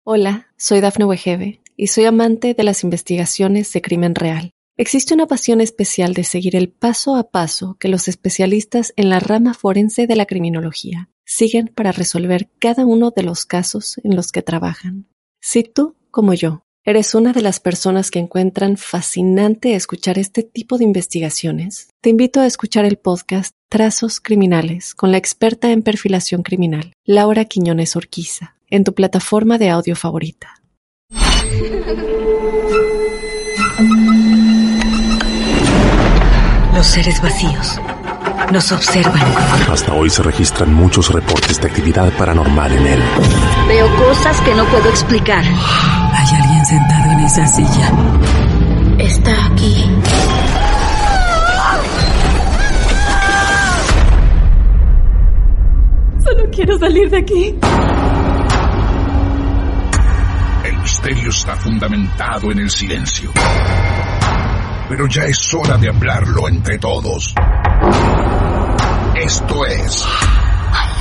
Hola, soy Dafne Wegebe y soy amante de las investigaciones de crimen real. Existe una pasión especial de seguir el paso a paso que los especialistas en la rama forense de la criminología siguen para resolver cada uno de los casos en los que trabajan. Si tú, como yo, eres una de las personas que encuentran fascinante escuchar este tipo de investigaciones, te invito a escuchar el podcast Trazos Criminales con la experta en perfilación criminal, Laura Quiñones Orquiza, en tu plataforma de audio favorita. Los seres vacíos nos observan. Hasta hoy se registran muchos reportes de actividad paranormal en él. Veo cosas que no puedo explicar. Hay alguien sentado en esa silla. Está aquí. Solo quiero salir de aquí. El misterio está fundamentado en el silencio. Pero ya es hora de hablarlo entre todos. Esto es... Hay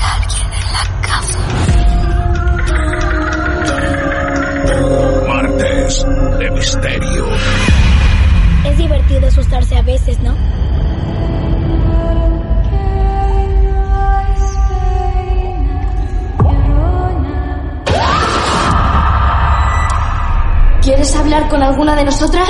alguien en la casa. Martes de Misterio. Es divertido asustarse a veces, ¿no? ¿Quieres hablar con alguna de nosotras?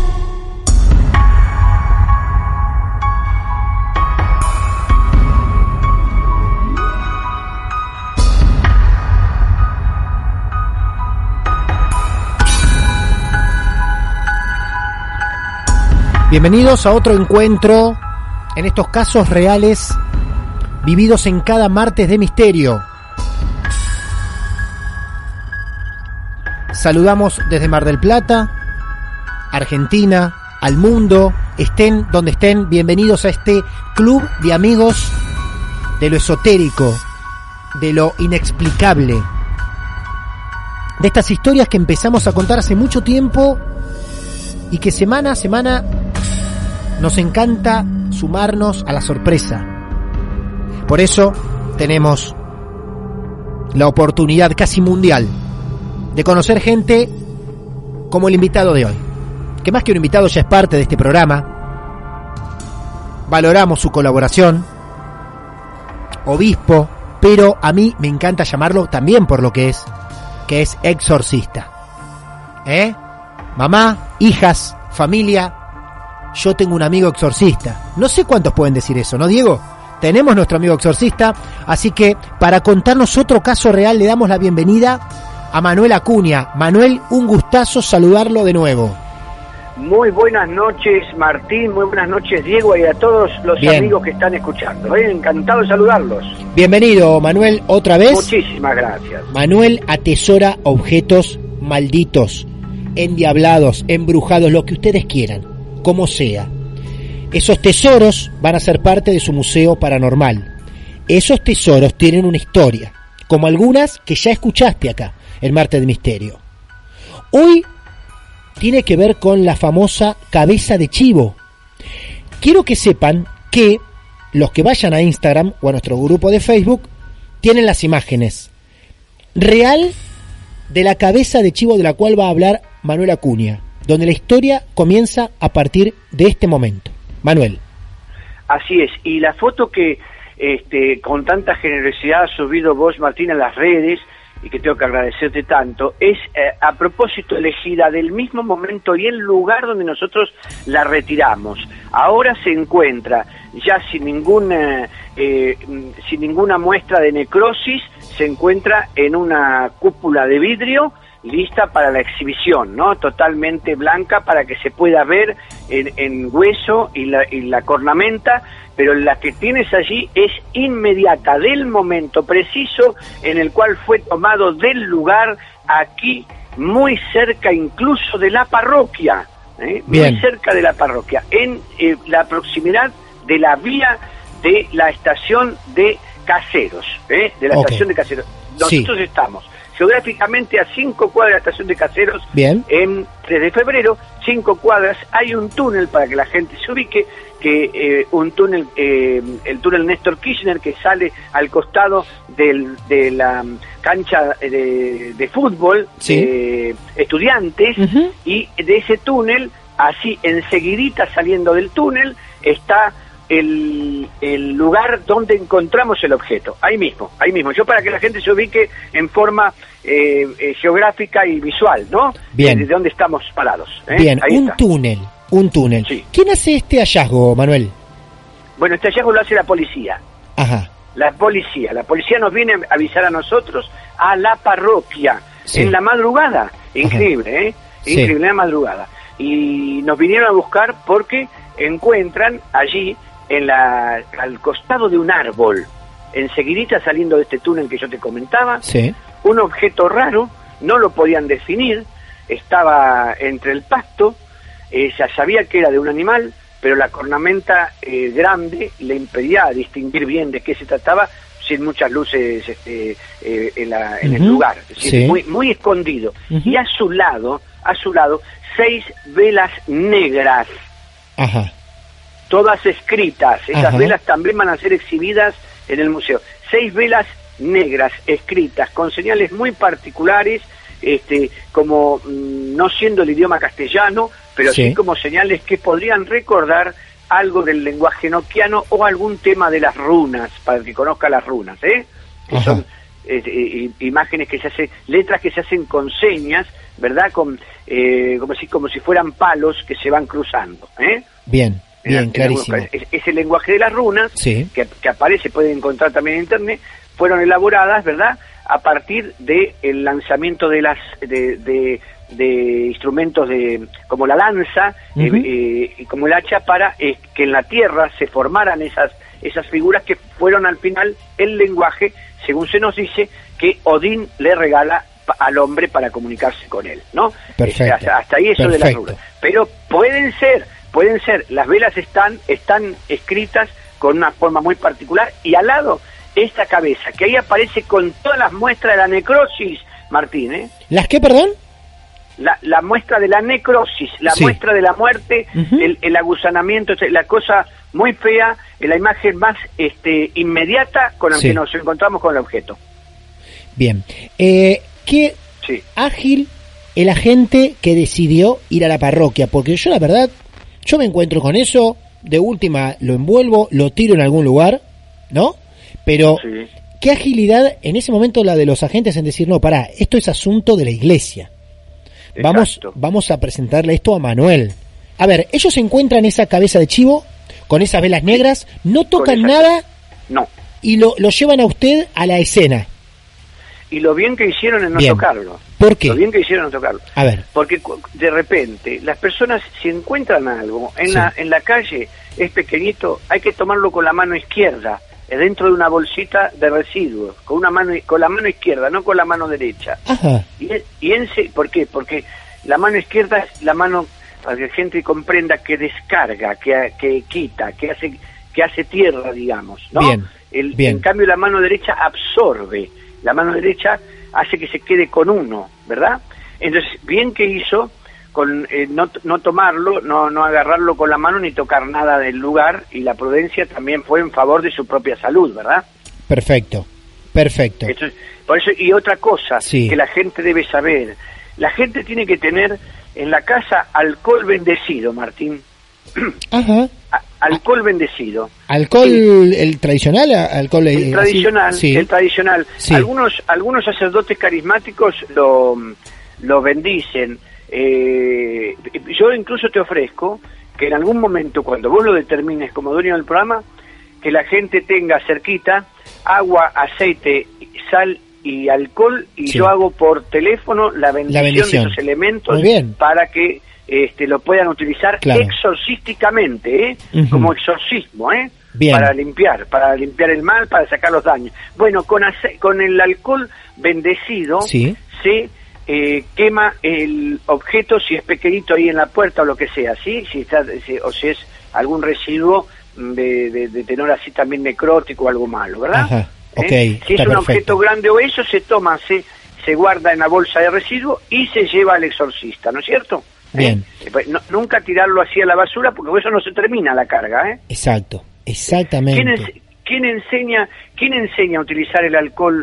Bienvenidos a otro encuentro en estos casos reales vividos en cada martes de misterio. Saludamos desde Mar del Plata, Argentina, al mundo, estén donde estén, bienvenidos a este club de amigos de lo esotérico, de lo inexplicable, de estas historias que empezamos a contar hace mucho tiempo y que semana a semana nos encanta sumarnos a la sorpresa. Por eso tenemos la oportunidad casi mundial de conocer gente como el invitado de hoy, que más que un invitado ya es parte de este programa. Valoramos su colaboración, obispo, pero a mí me encanta llamarlo también por lo que es exorcista. Mamá, hijas, familia, yo tengo un amigo exorcista. No sé cuántos pueden decir eso, ¿no, Diego? Tenemos nuestro amigo exorcista, así que para contarnos otro caso real le damos la bienvenida a Manuel Acuña. Manuel, un gustazo saludarlo de nuevo. Muy buenas noches, Martín, muy buenas noches, Diego, y a todos los amigos que están escuchando. Encantado de saludarlos. Bienvenido, Manuel, otra vez. Muchísimas gracias. Manuel atesora objetos malditos, endiablados, embrujados, lo que ustedes quieran, como sea. Esos tesoros van a ser parte de su museo paranormal. Esos tesoros tienen una historia, como algunas que ya escuchaste acá, el Martes de Misterio. Hoy tiene que ver con la famosa cabeza de chivo. Quiero que sepan que los que vayan a Instagram o a nuestro grupo de Facebook tienen las imágenes real de la cabeza de chivo de la cual va a hablar Manuel Acuña, donde la historia comienza a partir de este momento. Manuel. Así es, y la foto que con tanta generosidad has subido vos, Martín, a las redes, y que tengo que agradecerte tanto, es a propósito elegida del mismo momento y el lugar donde nosotros la retiramos. Ahora se encuentra ya sin ninguna muestra de necrosis, se encuentra en una cúpula de vidrio lista para la exhibición, ¿no? Totalmente blanca para que se pueda ver en hueso y la cornamenta, pero la que tienes allí es inmediata, del momento preciso en el cual fue tomado del lugar, aquí muy cerca incluso de la parroquia, muy cerca de la parroquia, en la proximidad de la vía de la estación de Caseros, estación de Caseros. Nosotros estamos geográficamente a 5 cuadras de la estación de Caseros. Bien. En 3 de febrero, 5 cuadras, hay un túnel para que la gente se ubique, que un túnel, el túnel Néstor Kirchner, que sale al costado de la cancha de fútbol, sí, Estudiantes, y de ese túnel, así enseguidita saliendo del túnel, está el lugar donde encontramos el objeto, ahí mismo. Yo, para que la gente se ubique en forma geográfica y visual, ¿no? Bien. De dónde estamos parados. Bien, ahí está. Un túnel. Sí. ¿Quién hace este hallazgo, Manuel? Bueno, este hallazgo lo hace la policía. Ajá. La policía nos viene a avisar a nosotros, a la parroquia, sí, en la madrugada. Increíble, ajá, increíble, sí, en la madrugada. Y nos vinieron a buscar porque encuentran allí, al costado de un árbol, enseguidita saliendo de este túnel que yo te comentaba, sí, un objeto raro, no lo podían definir, estaba entre el pasto, ya sabía que era de un animal, pero la cornamenta grande le impedía distinguir bien de qué se trataba, sin muchas luces en el lugar, es decir, sí, muy, muy escondido. Y a su lado, 6 velas negras. Ajá. Todas escritas. Esas Ajá. velas también van a ser exhibidas en el museo. 6 velas negras escritas con señales muy particulares, como no siendo el idioma castellano, pero sí como señales que podrían recordar algo del lenguaje enoquiano o algún tema de las runas, para el que conozca las runas, que ajá, son imágenes que se hacen, letras que se hacen con señas, ¿verdad? Como si fueran palos que se van cruzando, Bien, clarísimo. Ese lenguaje de las runas, sí, que aparece, pueden encontrar también en internet, fueron elaboradas, ¿verdad?, a partir del lanzamiento de de instrumentos como la lanza y como el hacha, para que en la tierra se formaran esas figuras que fueron al final el lenguaje, según se nos dice, que Odín le regala al hombre para comunicarse con él, ¿no? Perfecto. Hasta ahí eso, perfecto, de las runas. Pero pueden ser, las velas están escritas con una forma muy particular, y al lado esta cabeza, que ahí aparece con todas las muestras de la necrosis, Martín, ¿Las qué, perdón? La muestra de la necrosis, la sí, muestra de la muerte, el agusanamiento, la cosa muy fea, la imagen más inmediata con la sí, que nos encontramos con el objeto. Bien. Qué sí, ágil el agente que decidió ir a la parroquia, porque yo, la verdad, yo me encuentro con eso, de última lo envuelvo, lo tiro en algún lugar, ¿no? Pero sí, qué agilidad en ese momento la de los agentes en decir, no, pará, esto es asunto de la iglesia. Vamos a presentarle esto a Manuel. A ver, ellos encuentran esa cabeza de chivo con esas velas negras, no tocan nada, no, y lo llevan a usted a la escena. Y lo bien que hicieron en no tocarlo. ¿Por qué? Lo bien que hicieron en no tocarlo. A ver. Porque de repente las personas, si encuentran algo en la calle, es pequeñito, hay que tomarlo con la mano izquierda, dentro de una bolsita de residuos, con la mano izquierda, no con la mano derecha. Ajá. ¿Por qué? Porque la mano izquierda es la mano, para que la gente comprenda, que descarga, que quita, que hace tierra, digamos, ¿no? Bien. En cambio la mano derecha absorbe. La mano derecha hace que se quede con uno, ¿verdad? Entonces, bien que hizo con no tomarlo, no agarrarlo con la mano ni tocar nada del lugar, y la prudencia también fue en favor de su propia salud, ¿verdad? Perfecto. Entonces, por eso, y otra cosa sí, que la gente debe saber, la gente tiene que tener en la casa alcohol bendecido, Martín. Ajá. Alcohol bendecido. ¿Alcohol el tradicional? El tradicional, sí, el tradicional. Sí. Algunos sacerdotes carismáticos lo bendicen. Yo incluso te ofrezco que en algún momento, cuando vos lo determines como dueño del programa, que la gente tenga cerquita agua, aceite, sal y alcohol, y sí, yo hago por teléfono la bendición de esos elementos para que lo puedan utilizar exorcísticamente, como exorcismo, para limpiar el mal, para sacar los daños. Bueno, con el alcohol bendecido se quema el objeto, si es pequeñito, ahí en la puerta o lo que sea, ¿sí? O si es algún residuo de tenor así también necrótico o algo malo, ¿verdad? Ajá. Okay, si es un objeto grande o eso, se toma, se guarda en la bolsa de residuos y se lleva al exorcista, ¿no es cierto? Bien. Nunca tirarlo así a la basura, porque por eso no se termina la carga, ¿eh? Exacto, exactamente. ¿Quién enseña a utilizar el alcohol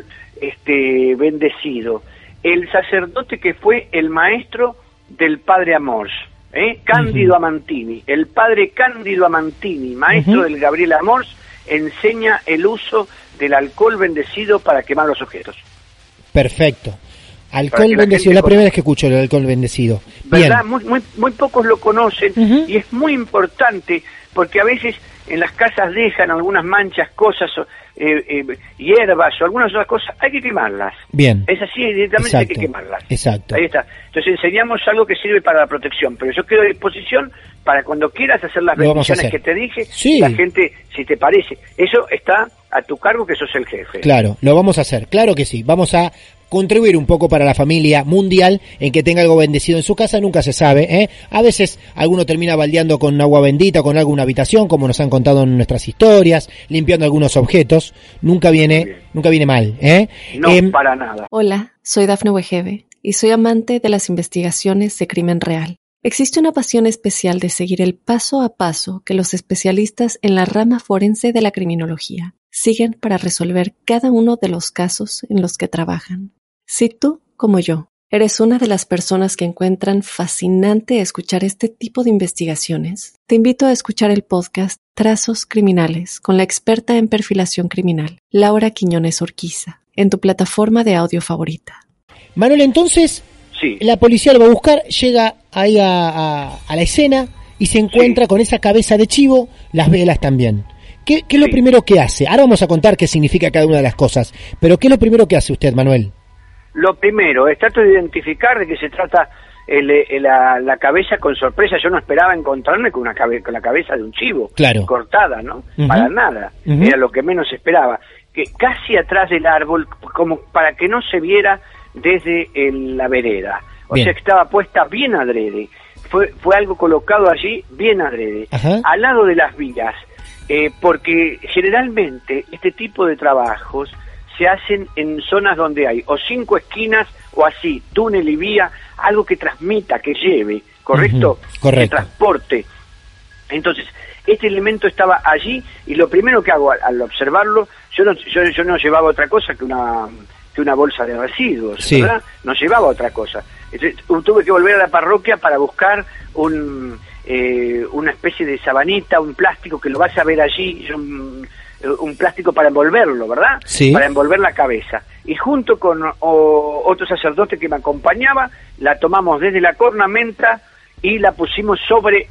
bendecido? El sacerdote que fue el maestro del padre Amors, Cándido Amantini. El padre Cándido Amantini, maestro del Gabriel Amors, enseña el uso del alcohol bendecido para quemar los objetos. Perfecto. Alcohol bendecido, la primera vez que escucho el alcohol bendecido. ¿Verdad? Muy pocos lo conocen y es muy importante porque a veces en las casas dejan algunas manchas, cosas, hierbas o algunas otras cosas, hay que quemarlas. Bien. Es así, directamente hay que quemarlas. Exacto. Ahí está. Entonces enseñamos algo que sirve para la protección, pero yo quedo a disposición para cuando quieras hacer las bendiciones que te dije, sí. La gente, si te parece, eso está a tu cargo, que sos el jefe. Claro, lo vamos a hacer, claro que sí. Vamos a contribuir un poco para la familia mundial en que tenga algo bendecido en su casa, nunca se sabe, A veces alguno termina baldeando con agua bendita, con algo en una habitación, como nos han contado en nuestras historias, limpiando algunos objetos, nunca viene mal, No, para nada. Hola, soy Dafne Wegebe y soy amante de las investigaciones de crimen real. Existe una pasión especial de seguir el paso a paso que los especialistas en la rama forense de la criminología siguen para resolver cada uno de los casos en los que trabajan. Si tú, como yo, eres una de las personas que encuentran fascinante escuchar este tipo de investigaciones, te invito a escuchar el podcast Trazos Criminales con la experta en perfilación criminal, Laura Quiñones Orquiza, en tu plataforma de audio favorita. Manuel, entonces, sí. La policía lo va a buscar, llega ahí a la escena y se encuentra con esa cabeza de chivo, las velas también. ¿Qué es lo primero que hace? Ahora vamos a contar qué significa cada una de las cosas, pero ¿qué es lo primero que hace usted, Manuel? Lo primero, trato de identificar de qué se trata la cabeza con sorpresa. Yo no esperaba encontrarme con la cabeza de un chivo, cortada, ¿no? Para nada, era lo que menos esperaba. Que casi atrás del árbol, como para que no se viera desde la vereda. O sea, que estaba puesta bien adrede. Fue algo colocado allí bien adrede, al lado de las vías. Porque generalmente este tipo de trabajos se hacen en zonas donde hay o 5 esquinas o así, túnel y vía, algo que transmita, que lleve, ¿correcto? Correcto. Que transporte. Entonces, este elemento estaba allí y lo primero que hago al observarlo, yo no llevaba otra cosa que una bolsa de residuos, ¿verdad? No llevaba otra cosa. Entonces, tuve que volver a la parroquia para buscar una especie de sabanita, un plástico que lo vas a ver allí, un plástico para envolverlo, ¿verdad? Sí. Para envolver la cabeza. Y junto con otro sacerdote que me acompañaba, la tomamos desde la cornamenta y la pusimos sobre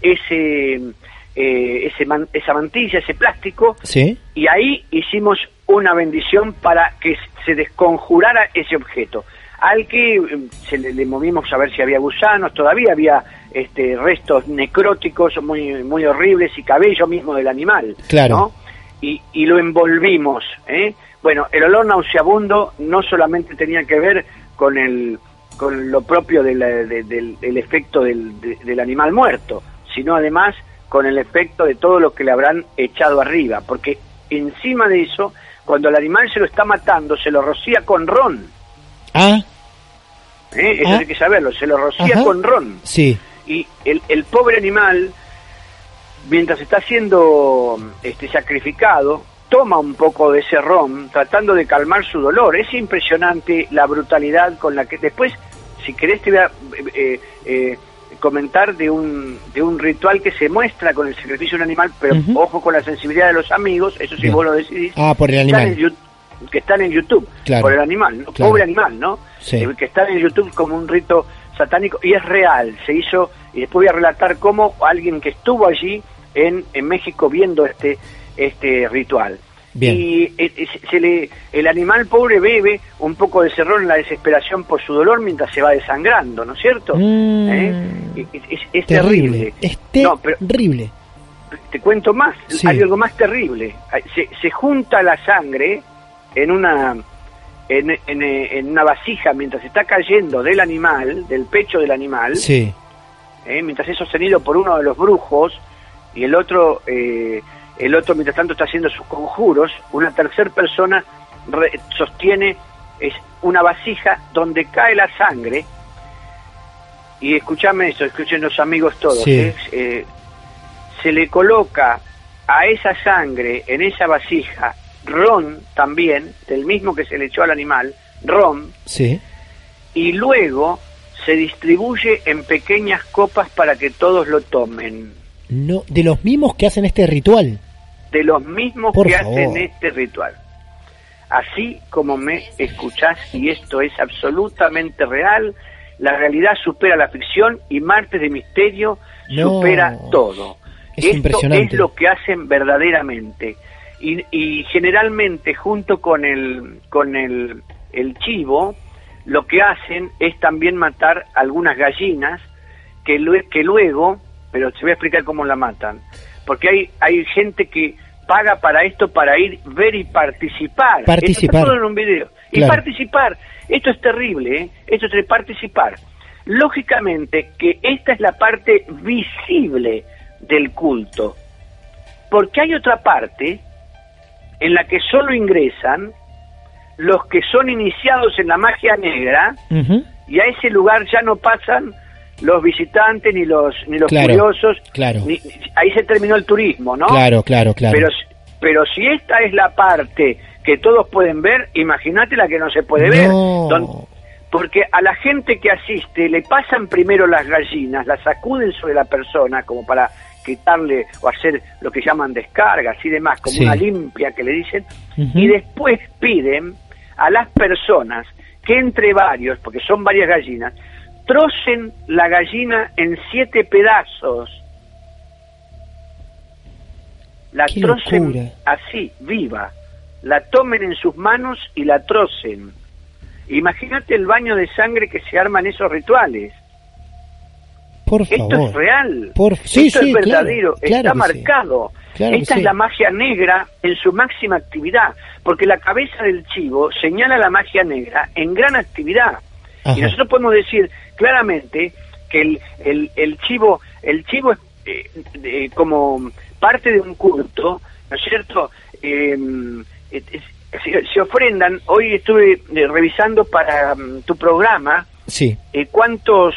esa mantilla, ese plástico, sí. Y ahí hicimos una bendición para que se desconjurara ese objeto. Al que le movimos a ver si había gusanos, todavía había restos necróticos muy, muy horribles y cabello mismo del animal, claro, ¿no? Y lo envolvimos, Bueno, el olor nauseabundo no solamente tenía que ver con lo propio del efecto del animal muerto, sino además con el efecto de todo lo que le habrán echado arriba, porque encima de eso, cuando el animal se lo está matando, se lo rocía con ron. Eso hay que saberlo, se lo rocía con ron. Sí. Y el pobre animal, mientras está siendo sacrificado, toma un poco de ese ron, tratando de calmar su dolor. Es impresionante la brutalidad con la que... Después, si querés, te voy a comentar de un ritual que se muestra con el sacrificio de un animal, pero ojo con la sensibilidad de los amigos, eso sí vos lo decidís. Por el animal. Que están en YouTube, claro, por el animal, ¿no? Claro. Pobre animal, ¿no? Sí. Que están en YouTube como un rito satánico, y es real, se hizo, y después voy a relatar cómo alguien que estuvo allí en México viendo este ritual. Bien. Y el animal pobre bebe un poco de ese ron en la desesperación por su dolor mientras se va desangrando, ¿no es cierto? Es terrible. Es terrible. Te cuento más, sí. Hay algo más terrible. Se junta la sangre en una vasija mientras está cayendo del animal, del pecho del animal, sí. Mientras es sostenido por uno de los brujos y el otro mientras tanto está haciendo sus conjuros. Una tercera persona sostiene es una vasija donde cae la sangre, y escuchame esto, escuchen los amigos todos, Sí. Se le coloca a esa sangre, en esa vasija, ron también, del mismo que se le echó al animal, ron, Sí. y luego se distribuye en pequeñas copas para que todos lo tomen. No, de los mismos que hacen este ritual. De los mismos Por que favor. hacen este ritual. Así como me escuchás, y esto es absolutamente real, la realidad supera la ficción y Martes de Misterio No. supera todo. Es Esto impresionante. es lo que hacen verdaderamente. Y generalmente junto con el chivo, lo que hacen es también matar algunas gallinas que luego, pero te voy a explicar cómo la matan, porque hay gente que paga para esto, para ir, ver y participar. Esto está todo en un video. Y Claro. participar, esto es terrible, ¿eh? Esto es de participar. Lógicamente que esta es la parte visible del culto, porque hay otra parte en la que solo ingresan los que son iniciados en la magia negra, Ujú. y a ese lugar ya no pasan los visitantes ni los Claro, curiosos. claro. Ahí se terminó el turismo, ¿no? Claro. Pero si esta es la parte que todos pueden ver, imagínate la que no se puede ver. No. Porque a la gente que asiste le pasan primero las gallinas, las sacuden sobre la persona como para quitarle o hacer lo que llaman descargas y demás, como Sí. una limpia que le dicen, Ujú. y después piden a las personas que entre varios, porque son varias gallinas, trocen la gallina en 7 pedazos. La Qué trocen locura. así, viva. La tomen en sus manos y la trocen. Imagínate el baño de sangre que se arma en esos rituales. Por Esto favor. es real. Sí, Esto sí, es verdadero. claro Está que sí. marcado. Claro que Esta sí. es la magia negra en su máxima actividad. Porque la cabeza del chivo señala la magia negra en gran actividad. Ajá. Y nosotros podemos decir claramente que el chivo es como parte de un culto, ¿no es cierto? Se ofrendan. Hoy estuve revisando para tu programa Sí. cuántos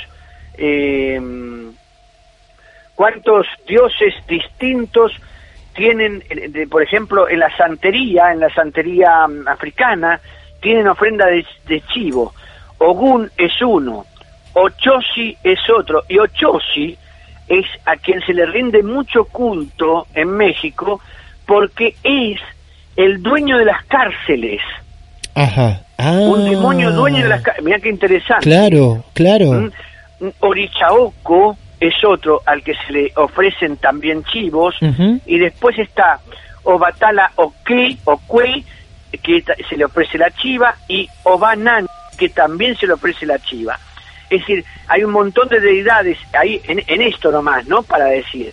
dioses distintos tienen, por ejemplo, en la santería africana, tienen ofrenda de chivo. Ogún es uno, Ochosi es otro, y Ochosi es a quien se le rinde mucho culto en México porque es el dueño de las cárceles. Ajá. Un demonio dueño de las cárceles. Mirá qué interesante. Claro. Orichaoco es otro al que se le ofrecen también chivos. Ujú. Y después está Obatala Oque, que se le ofrece la chiva, y Obanan, que también se le ofrece la chiva. Es decir, hay un montón de deidades ahí en esto nomás, ¿no? Para decir,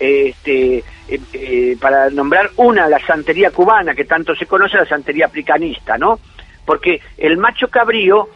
para nombrar una, la santería cubana, que tanto se conoce, la santería africanista, ¿no? Porque el macho cabrío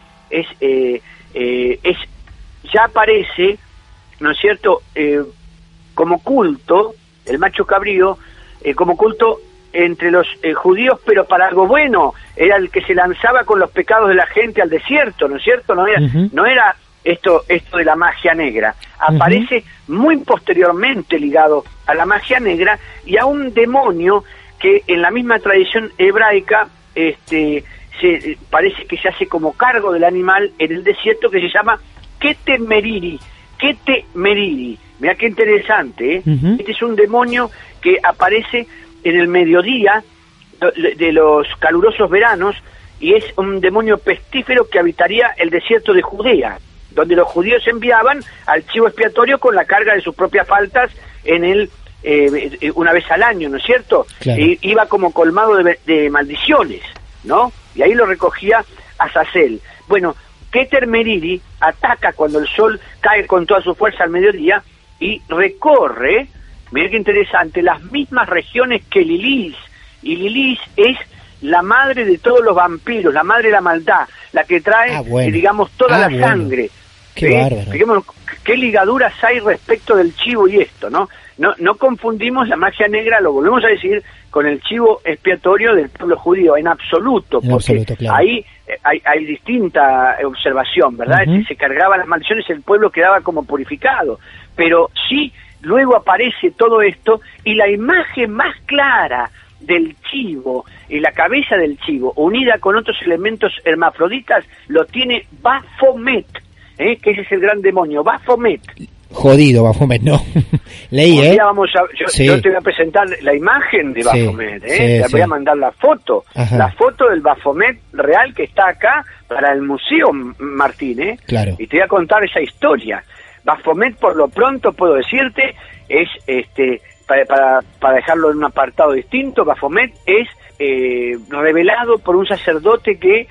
ya aparece, ¿no es cierto?, como culto, el macho cabrío, como culto entre los judíos, pero para algo bueno. Era el que se lanzaba con los pecados de la gente al desierto, ¿no es cierto? No era esto de la magia negra. Aparece muy posteriormente ligado a la magia negra y a un demonio que en la misma tradición hebraica parece que se hace como cargo del animal en el desierto, que se llama Ketemeriri. Mirá qué interesante, ¿eh? Ujú. Este es un demonio que aparece en el mediodía de los calurosos veranos, y es un demonio pestífero que habitaría el desierto de Judea, donde los judíos enviaban al chivo expiatorio con la carga de sus propias faltas una vez al año, ¿no es cierto? Claro. Iba como colmado de maldiciones, ¿no? Y ahí lo recogía Azazel. Bueno, Ketemeriri ataca cuando el sol cae con toda su fuerza al mediodía y recorre, mirá qué interesante, las mismas regiones que Lilith. Y Lilith es la madre de todos los vampiros, la madre de la maldad, la que trae, digamos, toda la sangre. Qué bárbaro. Fijémonos qué ligaduras hay respecto del chivo y esto, ¿no? No confundimos la magia negra, lo volvemos a decir, con el chivo expiatorio del pueblo judío, en absoluto, porque claro. ahí hay distinta observación, ¿verdad? Uh-huh. Se cargaban las maldiciones, el pueblo quedaba como purificado, pero sí, luego aparece todo esto, y la imagen más clara del chivo, y la cabeza del chivo, unida con otros elementos hermafroditas, lo tiene Baphomet, que ese es el gran demonio, Baphomet. Jodido Baphomet, ¿no? Leí, Yo te voy a presentar la imagen de Baphomet, te voy a mandar la foto. Ajá. La foto del Baphomet real que está acá para el Museo Martín, Claro. Y te voy a contar esa historia. Baphomet, por lo pronto puedo decirte, es para dejarlo en un apartado distinto, Baphomet es revelado por un sacerdote que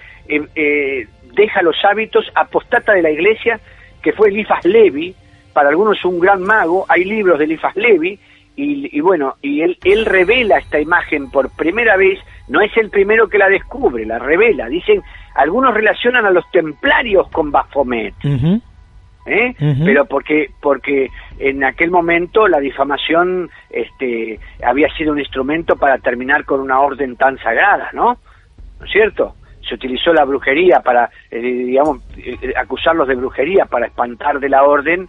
deja los hábitos, apostata de la iglesia, que fue Eliphas Levi. Para algunos un gran mago, hay libros de Eliphas Levi, y él revela esta imagen por primera vez. No es el primero que la descubre, la revela. Dicen, algunos relacionan a los templarios con Baphomet, Uh-huh. Uh-huh. Pero porque en aquel momento la difamación había sido un instrumento para terminar con una orden tan sagrada, ¿no es cierto? Se utilizó la brujería para, acusarlos de brujería para espantar de la orden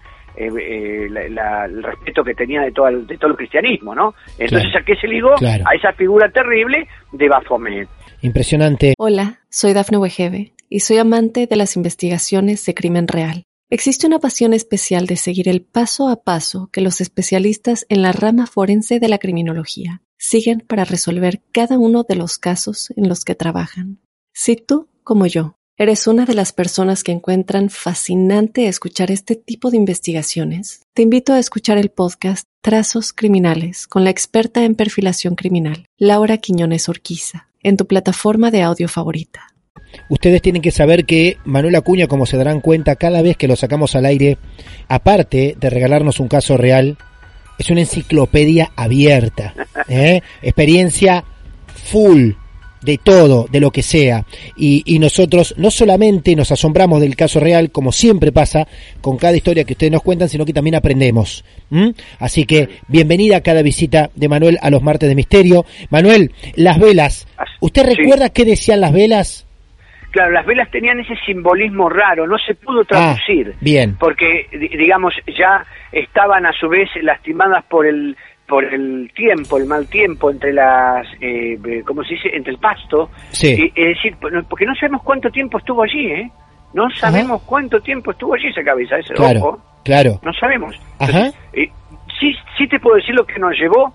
el respeto que tenía de todo el cristianismo, ¿no? Entonces, Claro. ¿a qué se ligó? Claro. A esa figura terrible de Baphomet. Impresionante. Hola, soy Dafne Wegebe y soy amante de las investigaciones de crimen real. Existe una pasión especial de seguir el paso a paso que los especialistas en la rama forense de la criminología siguen para resolver cada uno de los casos en los que trabajan. Si tú, como yo, eres una de las personas que encuentran fascinante escuchar este tipo de investigaciones, te invito a escuchar el podcast Trazos Criminales con la experta en perfilación criminal, Laura Quiñones Orquiza, en tu plataforma de audio favorita. Ustedes tienen que saber que Manuel Acuña, como se darán cuenta cada vez que lo sacamos al aire, aparte de regalarnos un caso real, es una enciclopedia abierta, experiencia full de todo, de lo que sea, y nosotros no solamente nos asombramos del caso real, como siempre pasa con cada historia que ustedes nos cuentan, sino que también aprendemos. Así que bienvenida a cada visita de Manuel a los martes de misterio. Manuel, las velas, ¿usted recuerda qué decían las velas? Claro, las velas tenían ese simbolismo raro, no se pudo traducir, bien. Porque, digamos, ya estaban a su vez lastimadas por el tiempo, el mal tiempo entre las, ¿cómo se dice?, entre el pasto. Sí. Es decir, porque no sabemos cuánto tiempo estuvo allí, No sabemos cuánto tiempo estuvo allí esa cabeza, ese ojo. Claro. No sabemos. Ajá. Entonces, sí te puedo decir lo que nos llevó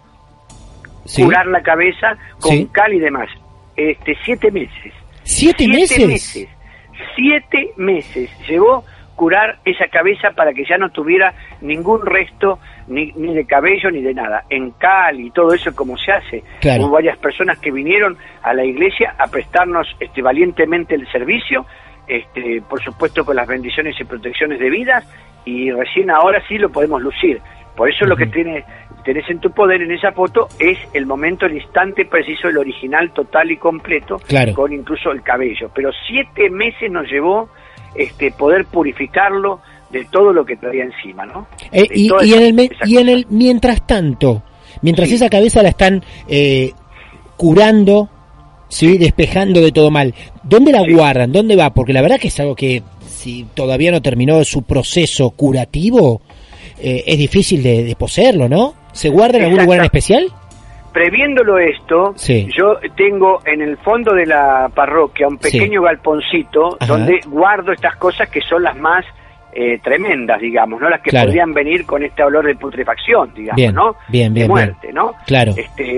curar la cabeza con cal y demás. 7 meses. ¿7 meses? 7 meses llevó curar esa cabeza para que ya no tuviera ningún resto ni de cabello ni de nada, en cal y todo eso como se hace. Claro. Hubo varias personas que vinieron a la iglesia a prestarnos valientemente el servicio, por supuesto con las bendiciones y protecciones debidas, y recién ahora sí lo podemos lucir. Por eso lo que tenés en tu poder en esa foto es el momento, el instante preciso, el original total y completo, claro, con incluso el cabello. Pero 7 meses nos llevó poder purificarlo de todo lo que traía encima, ¿no? Y en el mientras tanto, mientras esa cabeza la están curando, ¿sí? Despejando de todo mal, ¿dónde la guardan? ¿Dónde va? Porque la verdad que es algo que, si todavía no terminó su proceso curativo, es difícil de poseerlo, ¿no? ¿Se guarda en algún lugar en especial? Previéndolo esto, yo tengo en el fondo de la parroquia un pequeño galponcito donde guardo estas cosas que son las más tremendas, digamos, ¿no? Las que podrían venir con este olor de putrefacción, digamos, ¿no? De muerte, ¿no? Claro.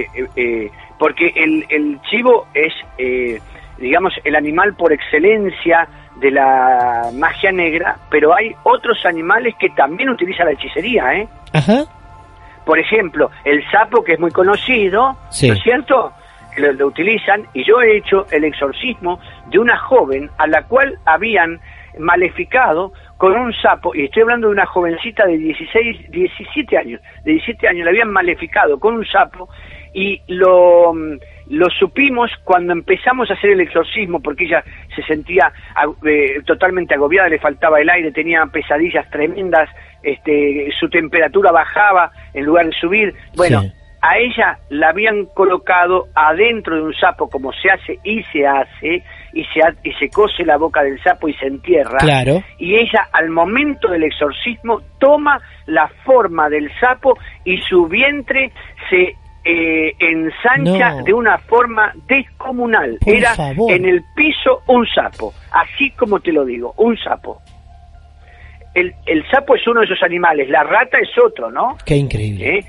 Porque el chivo es, digamos, el animal por excelencia de la magia negra, pero hay otros animales que también utilizan la hechicería, Ajá. Por ejemplo, el sapo, que es muy conocido, ¿no es cierto?, que lo utilizan, y yo he hecho el exorcismo de una joven a la cual habían maleficado con un sapo, y estoy hablando de una jovencita de 17 años, la habían maleficado con un sapo, y lo supimos cuando empezamos a hacer el exorcismo, porque ella se sentía totalmente agobiada, le faltaba el aire, tenía pesadillas tremendas, su temperatura bajaba en lugar de subir. Bueno, a ella la habían colocado adentro de un sapo, como se hace y se hace, y se cose la boca del sapo y se entierra. Claro. Y ella, al momento del exorcismo, toma la forma del sapo y su vientre se ensancha de una forma descomunal. Era en el piso un sapo, así como te lo digo, un sapo. El sapo es uno de esos animales, la rata es otro, ¿no? Qué increíble.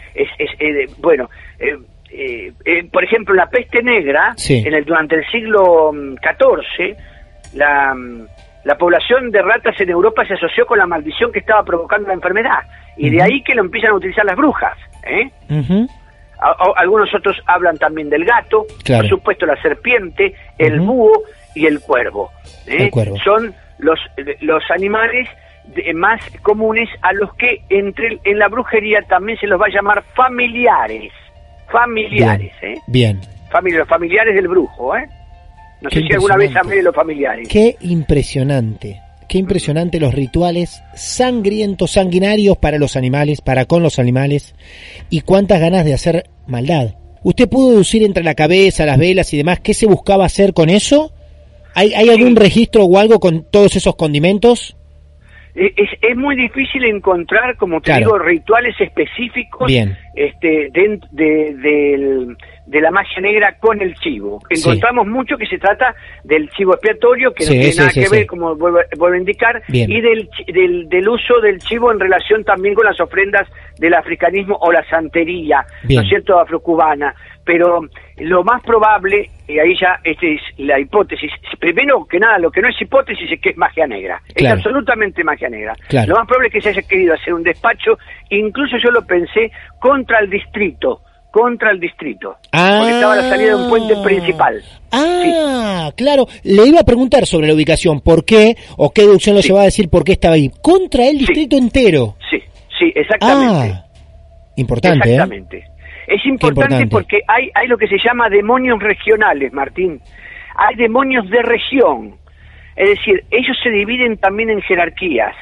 Por ejemplo, la peste negra, durante el siglo XIV, la población de ratas en Europa se asoció con la maldición que estaba provocando la enfermedad, y de ahí que lo empiezan a utilizar las brujas, Algunos otros hablan también del gato, por supuesto la serpiente, el búho y el cuervo. Son los animales más comunes a los que en la brujería también se los va a llamar familiares. Bien. Los familiares del brujo, No sé si alguna vez hablé de los familiares. Qué impresionante los rituales sangrientos, sanguinarios para los animales, para con los animales, y cuántas ganas de hacer maldad. ¿Usted pudo deducir entre la cabeza, las velas y demás qué se buscaba hacer con eso? ¿Hay algún registro o algo con todos esos condimentos? Es muy difícil encontrar, como te digo, rituales específicos de la magia negra con el chivo. Encontramos mucho que se trata del chivo expiatorio, que no tiene nada que ver, como vuelvo a indicar, y del uso del chivo en relación también con las ofrendas del africanismo o la santería, ¿no es cierto?, afrocubana. Pero lo más probable, y ahí ya es la hipótesis, primero que nada, lo que no es hipótesis es que es magia negra, es absolutamente magia negra. Lo más probable es que se haya querido hacer un despacho, incluso yo lo pensé, contra el distrito, porque estaba a la salida de un puente principal. Claro, le iba a preguntar sobre la ubicación, ¿por qué? ¿O qué deducción lo llevaba a decir por qué estaba ahí? Contra el distrito entero. Sí, exactamente. Importante, exactamente. Es importante porque hay lo que se llama demonios regionales, Martín. Hay demonios de región. Es decir, ellos se dividen también en jerarquías.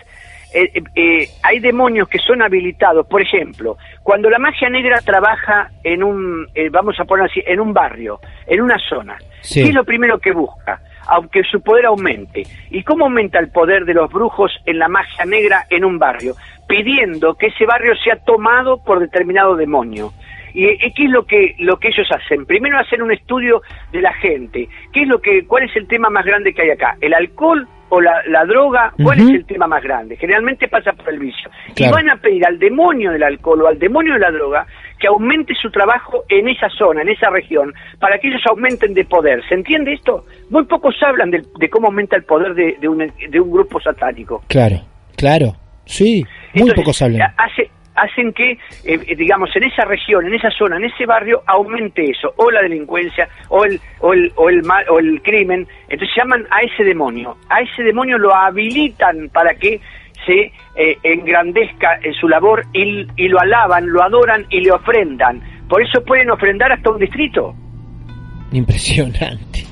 Hay demonios que son habilitados. Por ejemplo, cuando la magia negra trabaja en vamos a poner así, en un barrio, en una zona, ¿qué es lo primero que busca? Aunque su poder aumente. ¿Y cómo aumenta el poder de los brujos en la magia negra en un barrio? Pidiendo que ese barrio sea tomado por determinado demonio. ¿Y qué es lo que ellos hacen? Primero hacen un estudio de la gente. ¿Cuál es el tema más grande que hay acá? ¿El alcohol o la droga? ¿Cuál es el tema más grande? Generalmente pasa por el vicio. Y van a pedir al demonio del alcohol o al demonio de la droga que aumente su trabajo en esa zona, en esa región, para que ellos aumenten de poder. ¿Se entiende esto? Muy pocos hablan de cómo aumenta el poder de un grupo satánico. Claro. Sí, muy pocos hablan. Hacen que, digamos, en esa región, en esa zona, en ese barrio, aumente eso, o la delincuencia, o el mal, o el crimen. Entonces llaman a ese demonio lo habilitan para que se engrandezca en su labor y lo alaban, lo adoran y le ofrendan. Por eso pueden ofrendar hasta un distrito. Impresionante.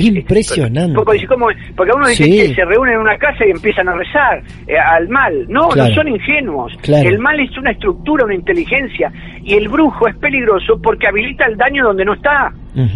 Porque uno dice que se reúnen en una casa y empiezan a rezar al mal. No son ingenuos. El mal es una estructura, una inteligencia, y el brujo es peligroso porque habilita el daño donde no está.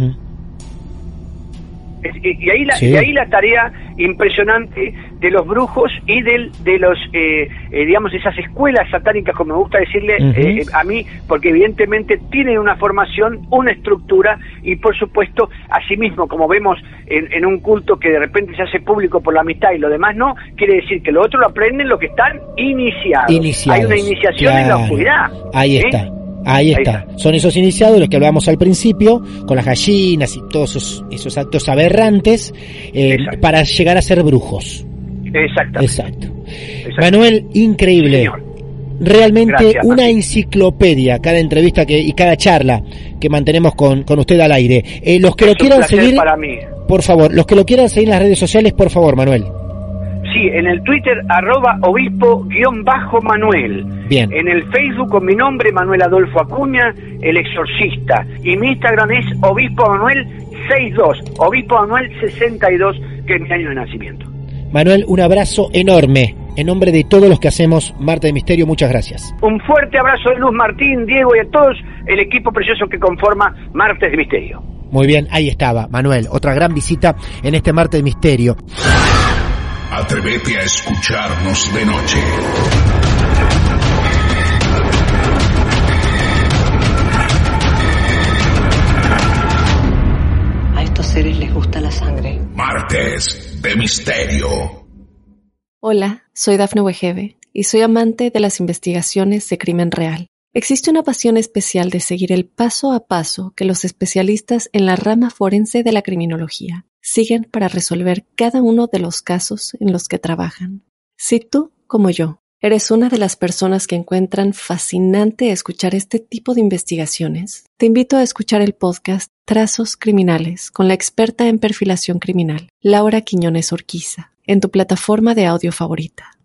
Y ahí la tarea impresionante de los brujos y de los digamos, esas escuelas satánicas, como me gusta decirle a mí, porque evidentemente tienen una formación, una estructura, y por supuesto, asimismo, como vemos en un culto que de repente se hace público por la amistad y lo demás no, quiere decir que lo otro lo aprenden los que están iniciados. Hay una iniciación en la oscuridad. Ahí está. Son esos iniciados, los que hablábamos al principio, con las gallinas y todos esos actos aberrantes, para llegar a ser brujos. Exacto. Manuel, increíble. Sí, realmente gracias, una enciclopedia, cada entrevista y cada charla que mantenemos con usted al aire. Los que lo quieran seguir, para mí. Por favor, los que lo quieran seguir en las redes sociales, por favor, Manuel. Sí, en el Twitter, @obispo_Manuel. Bien. En el Facebook con mi nombre, Manuel Adolfo Acuña, el exorcista. Y mi Instagram es Obispo Manuel 62, Obispo Manuel 62, que es mi año de nacimiento. Manuel, un abrazo enorme. En nombre de todos los que hacemos Martes de Misterio, muchas gracias. Un fuerte abrazo de luz, Martín, Diego y a todos el equipo precioso que conforma Martes de Misterio. Muy bien, ahí estaba, Manuel, otra gran visita en este martes de misterio. Atrévete a escucharnos de noche. A estos seres les gusta la sangre. Martes de misterio. Hola, soy Dafne Wegebe y soy amante de las investigaciones de crimen real. Existe una pasión especial de seguir el paso a paso que los especialistas en la rama forense de la criminología siguen para resolver cada uno de los casos en los que trabajan. Si tú, como yo, eres una de las personas que encuentran fascinante escuchar este tipo de investigaciones, te invito a escuchar el podcast Trazos Criminales con la experta en perfilación criminal, Laura Quiñones Orquiza, en tu plataforma de audio favorita.